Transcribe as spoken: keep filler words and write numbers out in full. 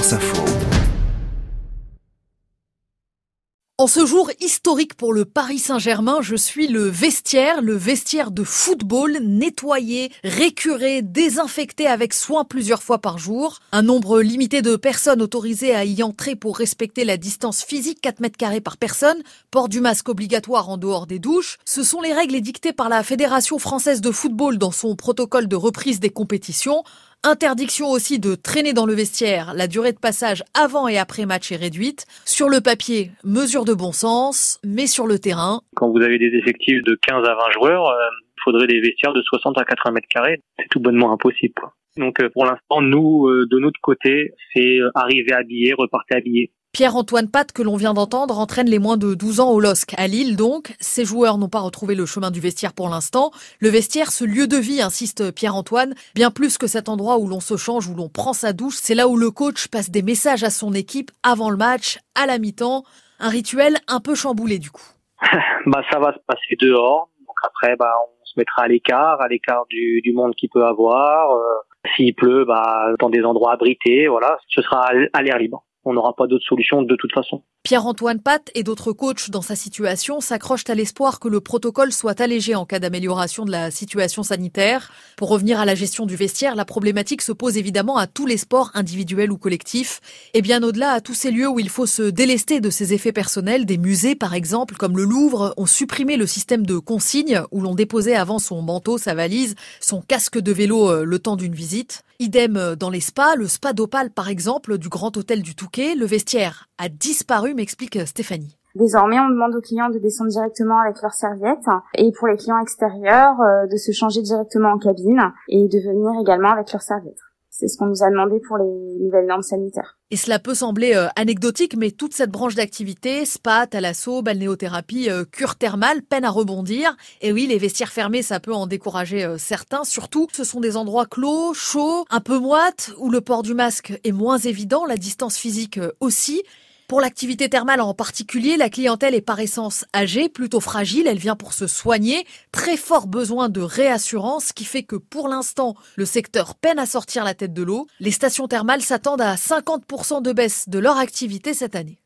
France Info. En ce jour historique pour le Paris Saint-Germain, je suis le vestiaire, le vestiaire de football, nettoyé, récuré, désinfecté avec soin plusieurs fois par jour. Un nombre limité de personnes autorisées à y entrer pour respecter la distance physique, quatre mètres carrés par personne, port du masque obligatoire en dehors des douches. Ce sont les règles édictées par la Fédération française de football dans son protocole de reprise des compétitions. Interdiction aussi de traîner dans le vestiaire. La durée de passage avant et après match est réduite. Sur le papier, mesure de bon sens, mais sur le terrain... Quand vous avez des effectifs de quinze à vingt joueurs, il euh, faudrait des vestiaires de soixante à quatre-vingts mètres carrés. C'est tout bonnement impossible, quoi. Donc euh, pour l'instant, nous, euh, de notre côté, c'est euh, arriver habillé, repartir habillé. Pierre-Antoine Pat, que l'on vient d'entendre, entraîne les moins de douze ans au L O S C à Lille donc. Ces joueurs n'ont pas retrouvé le chemin du vestiaire pour l'instant. Le vestiaire, ce lieu de vie, insiste Pierre-Antoine, bien plus que cet endroit où l'on se change, où l'on prend sa douche. C'est là où le coach passe des messages à son équipe avant le match, à la mi-temps. Un rituel un peu chamboulé du coup. bah ça va se passer dehors. Donc après, bah on se mettra à l'écart, à l'écart du, du monde qu'il peut avoir. Euh, s'il pleut, bah dans des endroits abrités, voilà. Ce sera à l'air libre. On n'aura pas d'autre solution de toute façon. Pierre-Antoine Pat et d'autres coachs dans sa situation s'accrochent à l'espoir que le protocole soit allégé en cas d'amélioration de la situation sanitaire. Pour revenir à la gestion du vestiaire, la problématique se pose évidemment à tous les sports individuels ou collectifs. Et bien au-delà, à tous ces lieux où il faut se délester de ses effets personnels. Des musées par exemple, comme le Louvre, ont supprimé le système de consigne où l'on déposait avant son manteau, sa valise, son casque de vélo le temps d'une visite. Idem dans les spas, le spa d'Opale par exemple, du Grand Hôtel du Touquet, le vestiaire a disparu, m'explique Stéphanie. Désormais, on demande aux clients de descendre directement avec leurs serviettes et pour les clients extérieurs, euh, de se changer directement en cabine et de venir également avec leurs serviettes. C'est ce qu'on nous a demandé pour les nouvelles normes sanitaires. Et cela peut sembler euh, anecdotique, mais toute cette branche d'activité, spa, thalasso, balnéothérapie, euh, cure thermale, peine à rebondir. Et oui, les vestiaires fermés, ça peut en décourager euh, certains. Surtout, ce sont des endroits clos, chauds, un peu moites, où le port du masque est moins évident, la distance physique euh, aussi. Pour l'activité thermale en particulier, la clientèle est par essence âgée, plutôt fragile, elle vient pour se soigner, très fort besoin de réassurance, qui fait que pour l'instant, le secteur peine à sortir la tête de l'eau. Les stations thermales s'attendent à cinquante pour cent de baisse de leur activité cette année.